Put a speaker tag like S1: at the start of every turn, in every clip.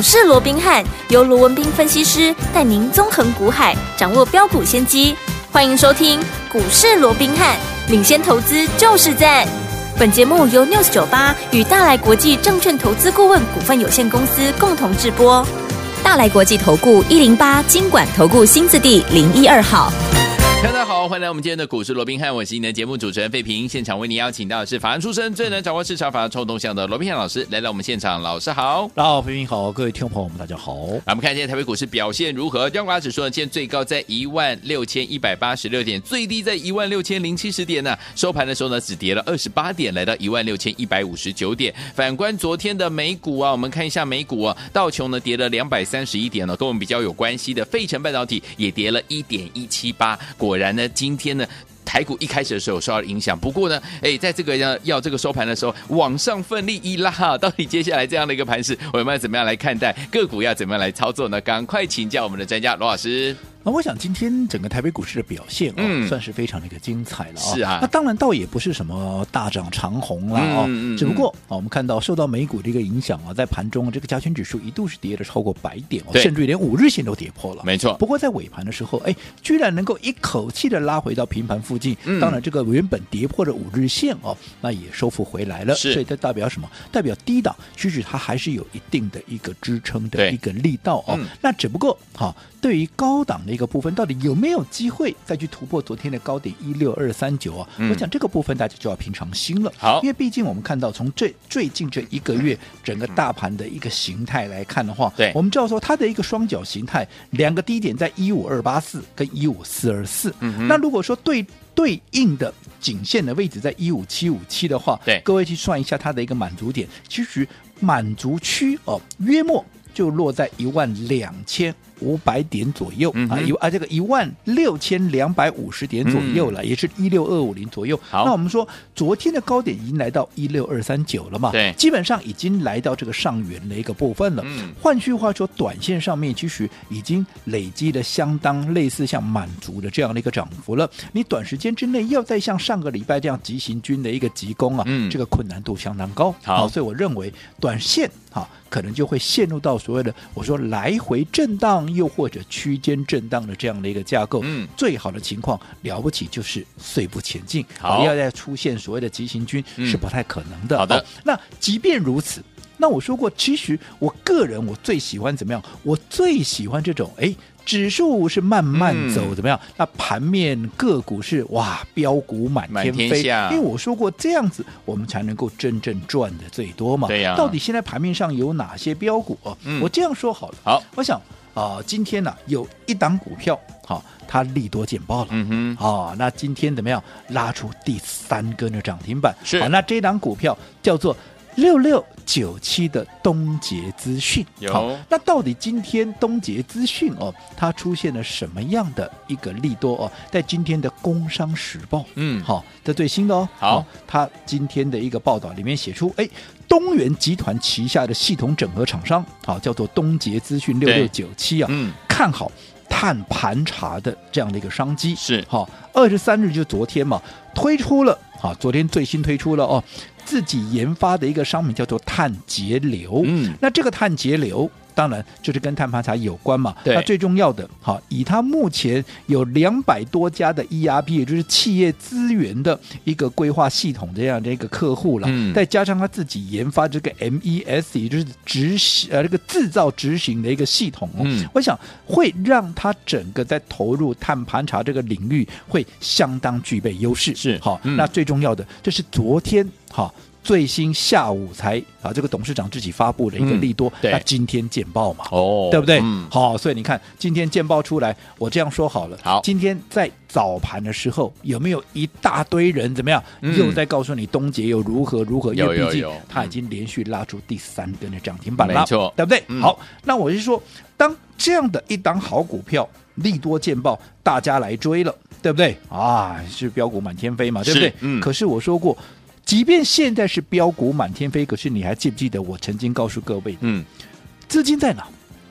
S1: 市罗宾汉由罗文彬分析师带您纵横股海，掌握标股先机。欢迎收听股市罗宾汉，领先投资就是赞。本节目由 News98 与大来国际证券投资顾问股份有限公司共同制播。大来国际投顾108金管投顾新字第012号。
S2: 大家好，欢迎来我们今天的股市罗宾汉，我是您的节目主持人费平。现场为您邀请到的是法案出身、最能掌握市场法案冲动向的罗宾汉老师来到我们现场。老师好。
S3: 大家好，费平好，各位听众朋友们大家好。
S2: 来我们看今天台北股市表现如何？加权指数呢，今天最高在16186点，最低在16070点呢。收盘的时候呢，只跌了28点，来到16159点。反观昨天的美股啊，我们看一下美股啊，道琼呢跌了231点呢，跟我们比较有关系的费城半导体也跌了1.178。果然呢，今天呢台股一开始的时候受到影响，不过呢，在这个要这个收盘的时候，往上奋力一拉，到底接下来这样的一个盘势，我们要怎么样来看待？个股要怎么样来操作呢？赶快请教我们的专家罗老师。
S3: 那我想今天整个台北股市的表现算是非常的一个精彩了
S2: 是啊。
S3: 那当然倒也不是什么大涨长红啦只不过我们看到受到美股的一个影响在盘中这个加权指数一度是跌了超过100点甚至连5日线都跌破了。
S2: 没错。
S3: 不过在尾盘的时候，居然能够一口气的拉回到平盘附近。当然这个原本跌破的5日线那也收复回来了。所以这代表什么？代表低档其实它还是有一定的一个支撑的一个力道那只不过对于高档的一个部分，到底有没有机会再去突破昨天的高点16239我想这个部分大家就要平常心了。
S2: 好，
S3: 因为毕竟我们看到从最近这一个月整个大盘的一个形态来看的话，我们知道说它的一个双脚形态，两个低点在15284跟15424那如果说对应的颈线的位置在15757的话，各位去算一下它的一个满足点，其实满足区约莫就落在12500点左右这个16250点左右了，也是16250左右。那我们说昨天的高点已经来到16239了嘛？
S2: 对，
S3: 基本上已经来到这个上缘的一个部分了。换句话说，短线上面其实已经累积了相当类似像满足的这样的一个涨幅了。你短时间之内要再像上个礼拜这样急行军的一个急攻这个困难度相当高。好，所以我认为短线可能就会陷入到所谓的我说来回震荡又或者区间震荡的这样的一个架构。最好的情况了不起就是碎步前进，要再出现所谓的急行军是不太可能的。
S2: 好的，
S3: 那即便如此，那我说过，其实我个人我最喜欢怎么样？我最喜欢这种指数是慢慢走，怎么样？那盘面个股是标股满天飞，因为我说过这样子，我们才能够真正赚的最多嘛。
S2: 对呀。
S3: 到底现在盘面上有哪些标股我这样说好了。
S2: 好，
S3: 我想今天有一档股票它利多见报了。那今天怎么样？拉出第3根的涨停板。
S2: 是。
S3: 那这档股票叫做6697的东捷资讯。好，那到底今天东捷资讯它出现了什么样的一个利多在今天的工商时报这最新的好，它今天的一个报道里面写出东元集团旗下的系统整合厂商叫做东捷资讯6697看好碳盘查的这样的一个商机。
S2: 是
S3: 23日就昨天嘛，推出了昨天最新推出了自己研发的一个商品叫做碳节流。那这个碳节流当然就是跟碳盘查有关嘛。那最重要的以它目前有200多家的 ERP 也就是企业资源的一个规划系统这样的一个客户了再加上他自己研发这个 MES 也就是这个制造执行的一个系统我想会让他整个在投入碳盘查这个领域会相当具备优势。
S2: 是
S3: 那最重要的这是昨天最新下午才这个董事长自己发布的一个利多那今天见报嘛对不对好，所以你看今天见报出来，我这样说好了，今天在早盘的时候有没有一大堆人怎么样又在告诉你东捷又如何如何？因为毕竟他已经连续拉出第3根的涨停板了，
S2: 没错，
S3: 对不对好，那我是说当这样的一档好股票利多见报大家来追了，对不对是标股满天飞嘛，对不对可是我说过即便现在是标股满天飞，可是你还记不记得我曾经告诉各位资金在哪？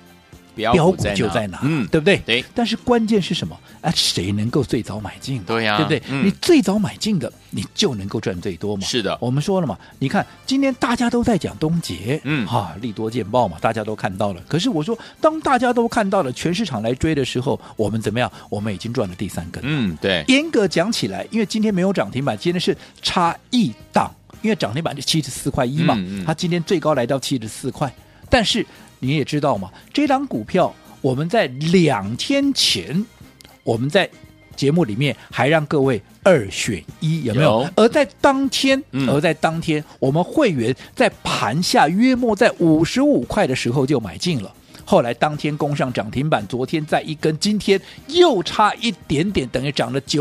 S3: 标股就在哪，对不对？
S2: 对。
S3: 但是关键是什么？谁能够最早买进？
S2: 对呀，
S3: 对不对？你最早买进的，你就能够赚最多嘛。
S2: 是的，
S3: 我们说了嘛，你看今天大家都在讲东捷，利多见报嘛，大家都看到了。可是我说，当大家都看到了，全市场来追的时候，我们怎么样？我们已经赚了第3根。
S2: 对。
S3: 严格讲起来，因为今天没有涨停板，今天是差1档，因为涨停板就74.1块嘛，它今天最高来到74块。但是你也知道嘛，这档股票我们在2天前，我们在节目里面还让各位2选1，有没有？而在当天，我们会员在盘下约莫在55块的时候就买进了。后来当天攻上涨停板，昨天再一根，今天又差一点点，等于涨了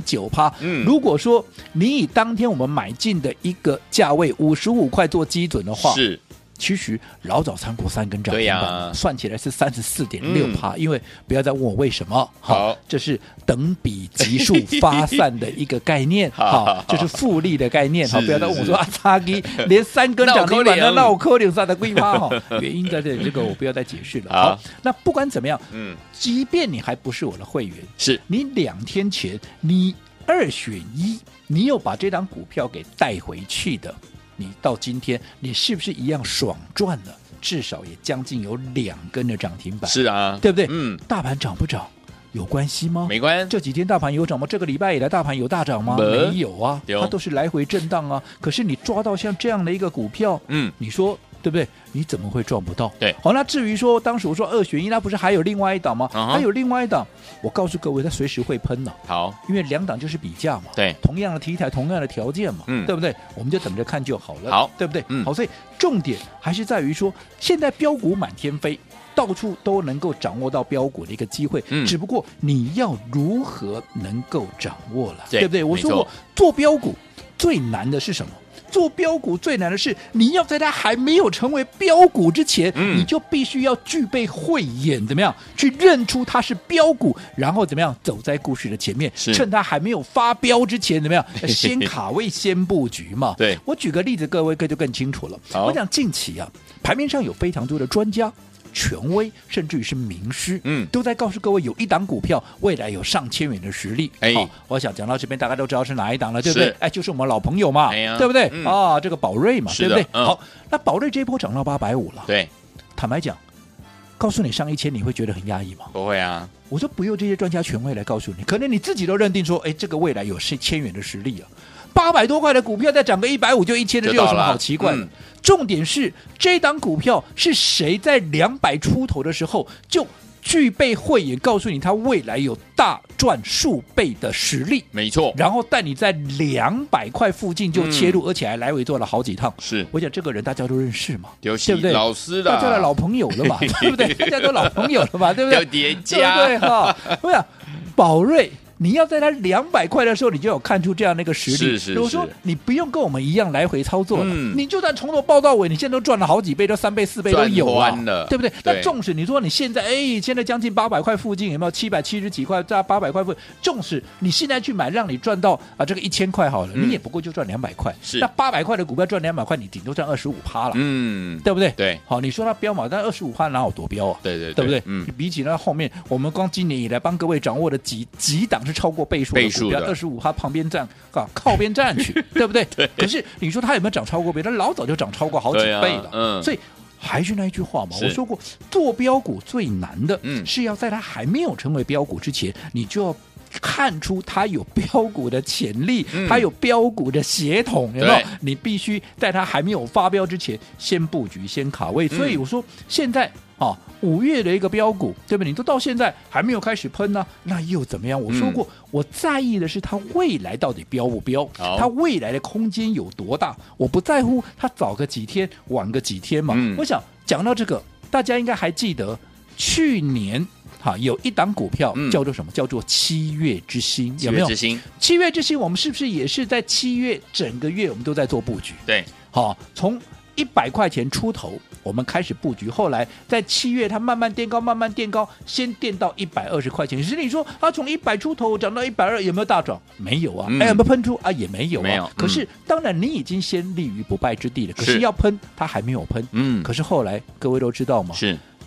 S3: 9.9%。如果说你以当天我们买进的一个价位55块做基准的话，
S2: 是。
S3: 其实老早参过3根涨停板，算起来是34.6%。因为不要再问我为什么，好，这是等比级数发散的一个概念，好，这是复利的概念，好，不要再问我说差几连3根涨停板的，那我扣零啥的规划哈，原因在这里，这个我不要再解释了。好，那不管怎么样，即便你还不是我的会员，
S2: 是你
S3: 2天前你2选1，你有把这档股票给带回去的。你到今天，你是不是一样爽赚了？至少也将近有2根的涨停板。
S2: 是啊，
S3: 对不对？大盘涨不涨有关系吗？
S2: 没关系。
S3: 这几天大盘有涨吗？这个礼拜以来大盘有大涨吗？没有啊，它都是来回震荡啊。可是你抓到像这样的一个股票，你说对不对？你怎么会赚不到？
S2: 对，
S3: 好，那至于说当时我说2选1，那不是还有另外一档吗？还有另外一档，我告诉各位，它随时会喷的。
S2: 好，
S3: 因为2档就是比价嘛，
S2: 对，
S3: 同样的题材，同样的条件嘛，对不对？我们就等着看就好了，
S2: 好，
S3: 对不对？好，所以重点还是在于说，现在标股满天飞，到处都能够掌握到标股的一个机会，只不过你要如何能够掌握了，对不对？我说过，做标股最难的是什么？做标股最难的是，你要在它还没有成为标股之前，你就必须要具备慧眼，怎么样去认出它是标股，然后怎么样走在故事的前面，趁它还没有发标之前，怎么样先卡位、先布局嘛。
S2: 对，
S3: 我举个例子，各位就更清楚了。我讲近期啊，盘面上有非常多的专家。权威甚至于是名师，都在告诉各位有一档股票未来有上千元的实力。我想讲到这边，大家都知道是哪一档了，对不对？就是我们老朋友嘛，对不对？这个宝瑞嘛，对不对？好，那宝瑞这一波涨到850了，
S2: 对，坦
S3: 白讲，告诉你上1000，你会觉得很压抑吗？
S2: 不会啊。
S3: 我说不用这些专家权威来告诉你，可能你自己都认定说，这个未来有1000元的实力啊。800多块的股票再涨个150就1000的，这有什么好奇怪的？重点是这档股票是谁在200出头的时候就具备慧眼，告诉你它未来有大赚数倍的实力，
S2: 没错。然
S3: 后带你在200块附近就切入，而且还来回做了好几趟。
S2: 是，
S3: 我想这个人大家都认识嘛，
S2: 对不对？老师的，
S3: 大家的老朋友了嘛，对不对？大家都老朋友了嘛，对不对？
S2: 要叠加，
S3: 对不对？哈，我想宝瑞。你要在它200块的时候，你就有看出这样的一个实力。
S2: 是。
S3: 我说你不用跟我们一样来回操作了，你就算从头报到尾，你现在都赚了好几倍，都3倍4倍都有了，对不对？那纵使你说你现在现在将近800块附近，有没有770几块在800块附近？纵使你现在去买，让你赚到这个1000块好了，你也不过就赚200块。
S2: 是，
S3: 那800块的股票赚200块，你顶多赚25%了，对不对？
S2: 对。
S3: 好，你说它飙嘛，但25%哪有多飙啊？
S2: 对
S3: 不对？比起那后面我们光今年以来帮各位掌握的几档是超过倍数的股票，25%它旁边站靠边站去，对不对？
S2: 对。
S3: 可是你说它有没有涨超过倍？它老早就涨超过好几倍了。所以还是那一句话嘛，我说过，做标股最难的，是要在它还没有成为标股之前，你就要看出它有标股的潜力，它有标股的血统，有没有？你必须在它还没有发标之前，先布局，先卡位。所以我说现在。5月的一个标股，对不对？你都到现在还没有开始喷呢，那又怎么样？我说过，我在意的是它未来到底标不标，它未来的空间有多大，我不在乎它早个几天，晚个几天嘛。我想讲到这个，大家应该还记得去年有一档股票叫做什么？叫做7月之星，有没有？7月之星，我们是不是也是在7月整个月我们都在做布局？
S2: 对，
S3: 从100块钱出头，我们开始布局，后来在7月它慢慢垫高，先垫到120块钱。其实你说它从100出头涨到120，有没有大涨？没有啊。有没有喷出啊？也没有啊。
S2: 没有。
S3: 可是当然你已经先立于不败之地了。可是要喷，它还没有喷。可是后来各位都知道嘛，
S2: 是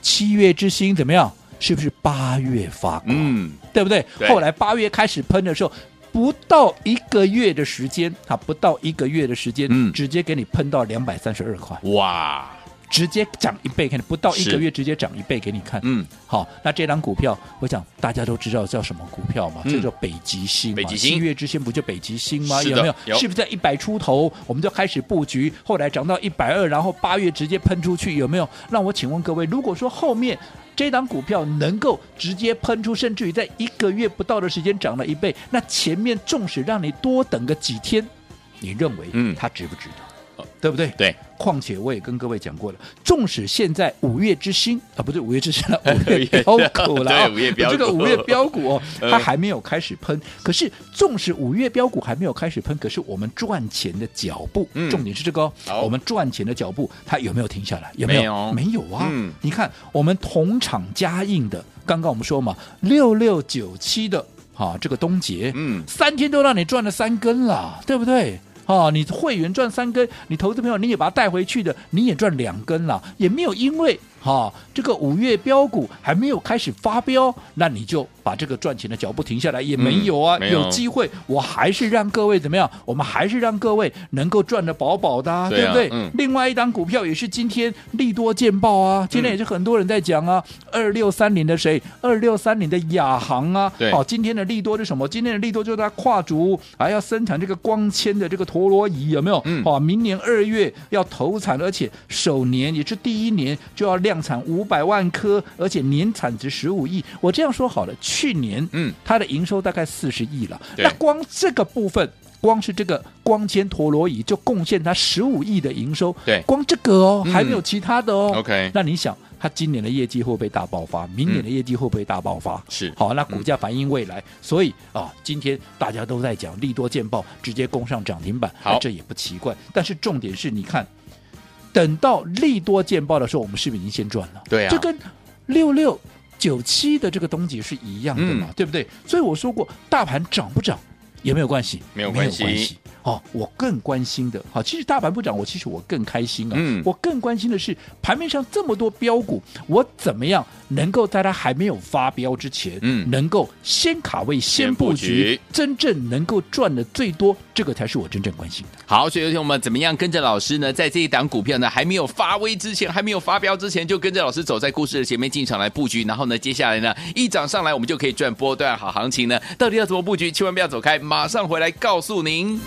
S3: 7月之星怎么样？是不是8月发光？对不对？
S2: 对，
S3: 后来8月开始喷的时候，不到1个月的时间，不到1个月的时间，直接给你喷到232块，
S2: 哇！
S3: 直接涨1倍，看不到1个月直接涨1倍给你看。好，那这档股票，我想大家都知道叫什么股票嘛？这叫北极星嘛。
S2: 北极星，7
S3: 月之星不就北极星吗？
S2: 有
S3: 没有？是不是在100出头我们就开始布局？后来涨到120，然后8月直接喷出去，有没有？那我请问各位，如果说后面这档股票能够直接喷出，甚至于在1个月不到的时间涨了1倍，那前面纵使让你多等个几天，你认为它值不值得？对不对？
S2: 对。
S3: 况且我也跟各位讲过了，纵使现在5月之星不对，5月之星了，5月标股了，
S2: 对，5月标股，
S3: 这个5月标股它还没有开始喷。可是纵使5月标股还没有开始喷，可是我们赚钱的脚步，重点是这个我们赚钱的脚步，它有没有停下来？有没有？没有啊！你看我们同场加印的，刚刚我们说嘛，6697的这个东捷，3天都让你赚了3根了，对不对？你会员赚3根，你投资朋友你也把它带回去的，你也赚2根了，也没有因为这个5月标股还没有开始发标，那你就把这个赚钱的脚步停下来，也没有啊。有机会我还是让各位怎么样？我们还是让各位能够赚得饱饱的，对不对？另外一档股票也是今天利多见报啊，今天也是很多人在讲啊，2630的谁？2630的亚航啊，今天的利多是什么？今天的利多就是它跨足还要生产这个光纤的这个陀螺仪，有没有？明年2月要投产，而且首年也是第一年就要量产500万颗，而且年产值15亿。我这样说好了，去年它的营收大概40亿了，那光这个部分，光是这个光纤陀螺仪就贡献它15亿的营收，
S2: 对，
S3: 光这个还没有其他的
S2: OK，
S3: 那你想，它今年的业绩会不会大爆发？明年的业绩会不会大爆发？
S2: 是，
S3: 好，那股价反映未来，所以今天大家都在讲利多见报，直接攻上涨停板，这也不奇怪。但是重点是，你看，等到利多见报的时候，我们是不是已经先赚了？
S2: 对啊，
S3: 这跟6697的这个东西是一样的嘛，对不对？所以我说过，大盘涨不涨也没有关系，
S2: 没有关系。
S3: 我更关心的，其实大盘不涨，其实我更开心啊。我更关心的是盘面上这么多标股，我怎么样能够在它还没有发标之前，能够先卡位、先布局，真正能够赚的最多，这个才是我真正关心的。
S2: 好，所以有天我们怎么样跟着老师呢？在这一档股票呢还没有发威之前，还没有发标之前，就跟着老师走在故事的前面进场来布局，然后呢，接下来呢一涨上来，我们就可以赚波段好行情呢。到底要怎么布局？千万不要走开，马上回来告诉您。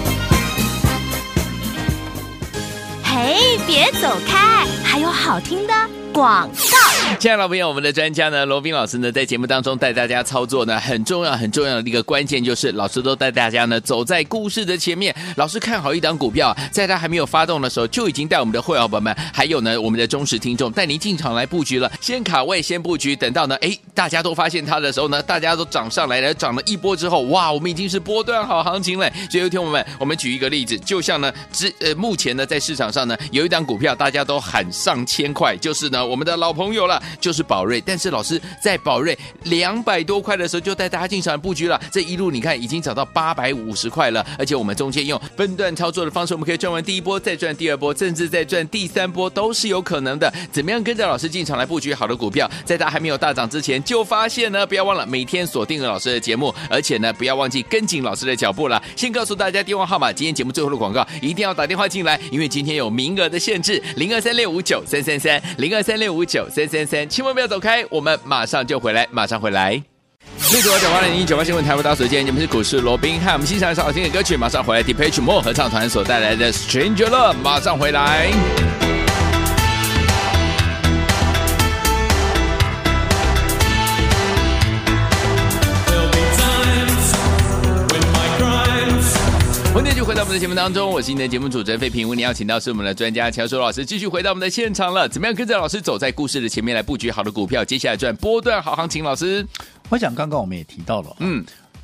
S1: 嘿，别走开，还有好听的广告。
S2: 亲爱的朋友，我们的专家呢，罗宾老师呢，在节目当中带大家操作呢，很重要的一个关键就是，老师都带大家呢走在故事的前面。老师看好一档股票，在它还没有发动的时候，就已经带我们的会员朋友们，还有呢我们的忠实听众，带您进场来布局了，先卡位，先布局，等到呢，大家都发现它的时候呢，大家都涨上来了，涨了一波之后，哇，我们已经是波段好行情了。所以有天我们举一个例子，就像呢，目前呢在市场上呢，有一档股票大家都喊上千块，就是呢我们的老朋友了，就是宝瑞。但是老师在宝瑞200多块的时候就带大家进场布局了，这一路你看已经涨到850块了，而且我们中间用分段操作的方式，我们可以赚完第一波，再赚第二波，甚至再赚第3波都是有可能的。怎么样跟着老师进场来布局好的股票，在它还没有大涨之前就发现呢？不要忘了每天锁定了老师的节目，而且呢不要忘记跟紧老师的脚步了。先告诉大家电话号码，今天节目最后的广告一定要打电话进来，因为今天有名额的限制，0236593333 0236593333，千万不要走开，我们马上就回来，马上回来。698-019新闻台湾大所见，你们是股市罗宾汉，我们欣赏一首好听的歌曲，马上回来。Depeche Mode 合唱团所带来的 Stranger Love， 马上回来。欢迎继续回到我们的节目当中，我是你的节目主持人费平。为你邀请到是我们的专家乔叔老师，继续回到我们的现场了。怎么样跟着老师走在故事的前面来布局好的股票，接下来赚波段好行情？老师，
S3: 我想刚刚我们也提到了，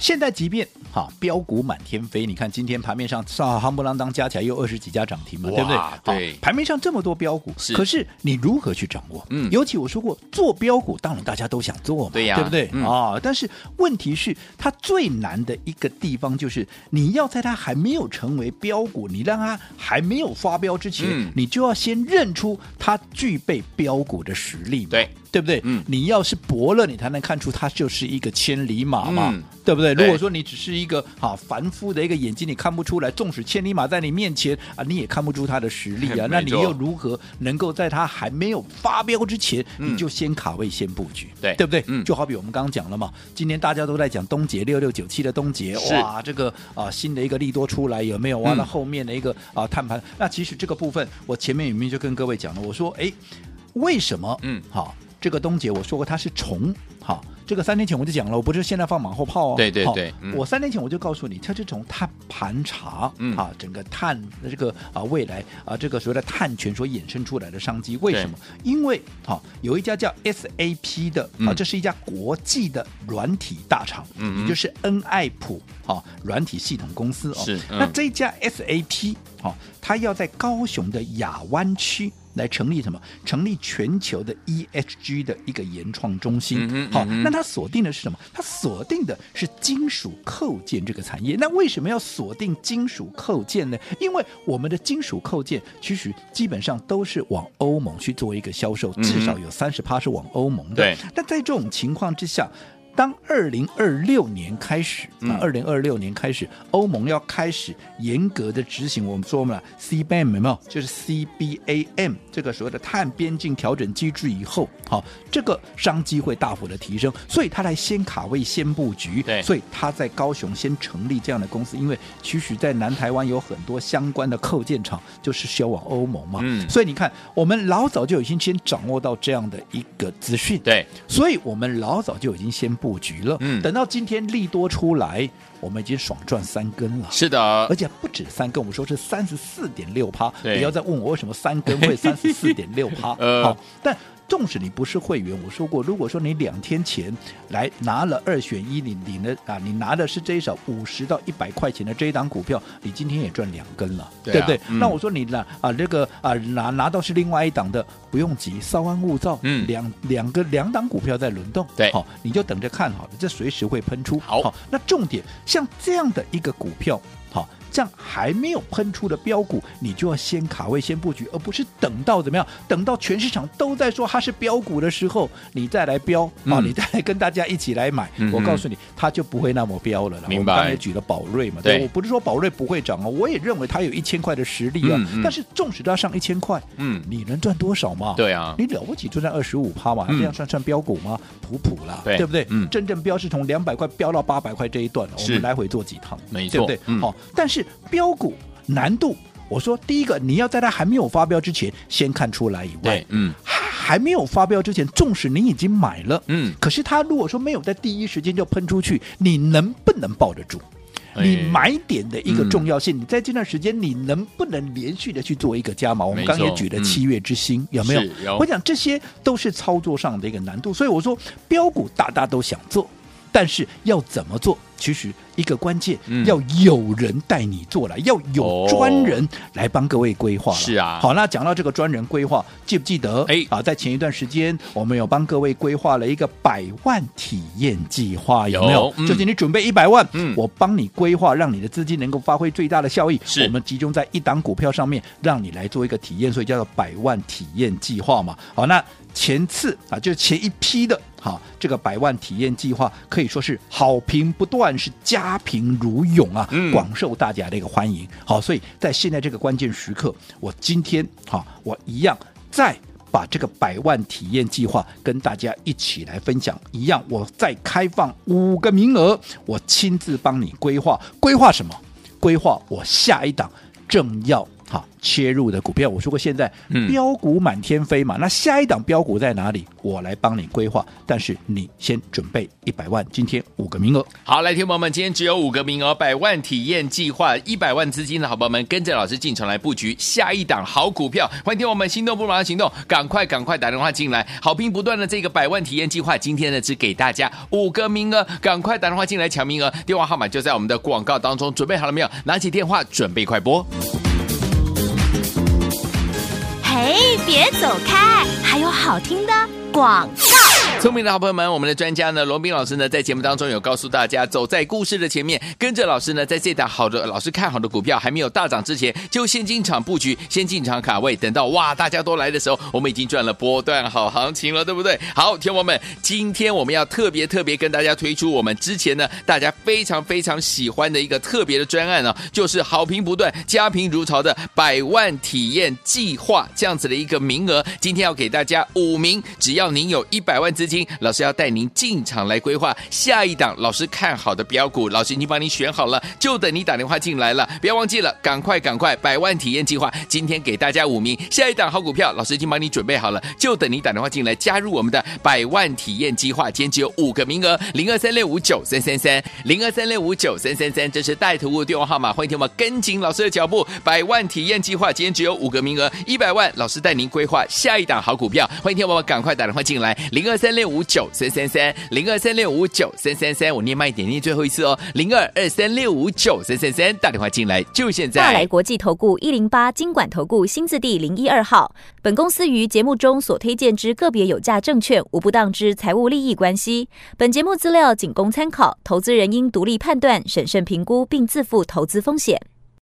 S3: 现在即便标股满天飞，你看今天盘面上夯不啷当加起来又20几家涨停嘛，对不对？
S2: 对，
S3: 盘面上这么多标股，可是你如何去掌握？尤其我说过，做标股当然大家都想做嘛，对不对？但是问题是它最难的一个地方就是你要在它还没有成为标股，你让它还没有发标之前，你就要先认出它具备标股的实力嘛，对不对？你要是薄了，你才能看出它就是一个千里马嘛，对不对？如果说你只是一个凡夫的一个眼睛，你看不出来，纵使千里马在你面前你也看不出它的实力啊。那你又如何能够在它还没有发标之前，你就先卡位先布局，对不对？就好比我们刚刚讲了嘛，今天大家都在讲东捷6697的东捷，哇，这个新的一个利多出来有没有啊？那后面的一个碳盘，那其实这个部分我前面有没有就跟各位讲了，我说为什么这个东捷我说过它是虫，这个3年前我就讲了，我不是现在放马后炮
S2: 对，
S3: 我3年前我就告诉你，它是从碳盘查整个碳的这个未来这个所谓的碳权所衍生出来的商机。为什么？因为有一家叫 SAP 的这是一家国际的软体大厂，也就是恩爱普软体系统公司那这一家 SAP 它要在高雄的亚湾区来成立什么？成立全球的 ESG 的一个研创中心。那它锁定的是什么？它锁定的是金属扣件这个产业。那为什么要锁定金属扣件呢？因为我们的金属扣件其实基本上都是往欧盟去做一个销售，至少有30%是往欧盟的。
S2: 对。
S3: 那在这种情况之下，当2026年开始，2026年开始，欧盟要开始严格的执行我们说嘛 CBAM 有没有？就是 CBAM 这个所谓的碳边境调整机制以后，这个商机会大幅的提升，所以他来先卡位先布局，所以他在高雄先成立这样的公司，因为其实在南台湾有很多相关的扣件厂就是销往欧盟嘛，所以你看我们老早就已经先掌握到这样的一个资讯，
S2: 对，
S3: 所以我们老早就已经先布局了，等到今天利多出来，我们已经爽赚3根了。
S2: 是的，
S3: 而且不止3根，我们说是34.6%。不要再问我为什么3根会34.6%。但纵使你不是会员，我说过，如果说你2天前来拿了2选1，你拿的是这一手50到100块钱的这一档股票，你今天也赚2根了，对不对？那我说你拿到是另外一档的，不用急，稍安勿躁，两档股票在轮动，
S2: 对，
S3: 你就等着看好了，这随时会喷出。
S2: 好，
S3: 那重点像这样的一个股票，这样还没有喷出的标股，你就要先卡位先布局，而不是等到怎么样？等到全市场都在说它是标股的时候，你再来标你再来跟大家一起来买。我告诉你，它就不会那么标了。
S2: 明白？
S3: 我刚才举了宝瑞嘛，对，我不是说宝瑞不会涨我也认为它有1000块的实力但是纵使它上1000块，你能赚多少嘛？
S2: 对啊，
S3: 你了不起就赚25%嘛，这样算标股吗？普啦，对不对？真正标是从200块标到800块这一段，我们来回做几趟，
S2: 没错，
S3: 对不对？但是标股难度，我说第一个，你要在它还没有发标之前先看出来以外，还没有发标之前，纵使你已经买了，可是它如果说没有在第一时间就喷出去，你能不能抱得住？你买点的一个重要性，你在这段时间你能不能连续的去做一个加码？我们刚刚也举了7月之星，有没有？我讲这些都是操作上的一个难度，所以我说标股大家都想做，但是要怎么做？其实一个关键，要有人带你做了，要有专人来帮各位规划了。
S2: 是啊，
S3: 好，那讲到这个专人规划，记不记得？在前一段时间，我们有帮各位规划了一个100万体验计划，有没有？就是你准备100万，我帮你规划，让你的资金能够发挥最大的效益。我们集中在一档股票上面，让你来做一个体验，所以叫做100万体验计划嘛。好，那前次就是前一批的。这个100万体验计划可以说是好评不断，是家贫如涌广受大家的一个欢迎。好，所以在现在这个关键时刻，我今天我一样再把这个100万体验计划跟大家一起来分享，一样我再开放5个名额，我亲自帮你规划什么？规划我下一档正要切入的股票。我说过现在标股满天飞嘛，那下一档标股在哪里？我来帮你规划，但是你先准备100万，今天5个名额。
S2: 好，来，听众朋友们，今天只有5个名额，100万体验计划，100万资金的好朋友们，跟着老师进场来布局下一档好股票。欢迎听我们心动不马上行动，赶快打电话进来，好评不断的这个100万体验计划，今天呢只给大家5个名额，赶快打电话进来抢名额，电话号码就在我们的广告当中，准备好了没有？拿起电话，准备快播。
S1: 嘿，别走开，还有好听的广告。
S2: 聪明的好朋友们，我们的专家呢，罗宾老师呢，在节目当中有告诉大家，走在故事的前面，跟着老师呢，在这档好的老师看好的股票还没有大涨之前，就先进场布局，先进场卡位，等到哇大家都来的时候，我们已经赚了波段好行情了，对不对？好，听众朋友们，今天我们要特别跟大家推出我们之前呢大家非常喜欢的一个特别的专案呢，就是好评不断、佳评如潮的100万体验计划这样子的一个名额，今天要给大家5名，只要您有100万资金，老师要带您进场来规划下一档老师看好的标股，老师已经帮你选好了，就等你打电话进来了，不要忘记了，赶快100万体验计划，今天给大家5名，下一档好股票老师已经帮你准备好了，就等你打电话进来加入我们的100万体验计划，今天只有5个名额，0236593333 0236593333，这是带图物电话号码，欢迎听我们跟紧老师的脚步，100万体验计划今天只有5个名额，100万老师带您规划下一档好股票，欢迎听我们赶快打电话进来，0236593333 0236593333，我念慢一点，念最后一次哦，0223659333，打电话进来就现在。
S1: 大来国际投顾108金管投顾新字第012号，本公司于节目中所推荐之个别有价证券无不当之财务利益关系，本节目资料仅供参考，投资人应独立判断、审慎评估并自负投资风险。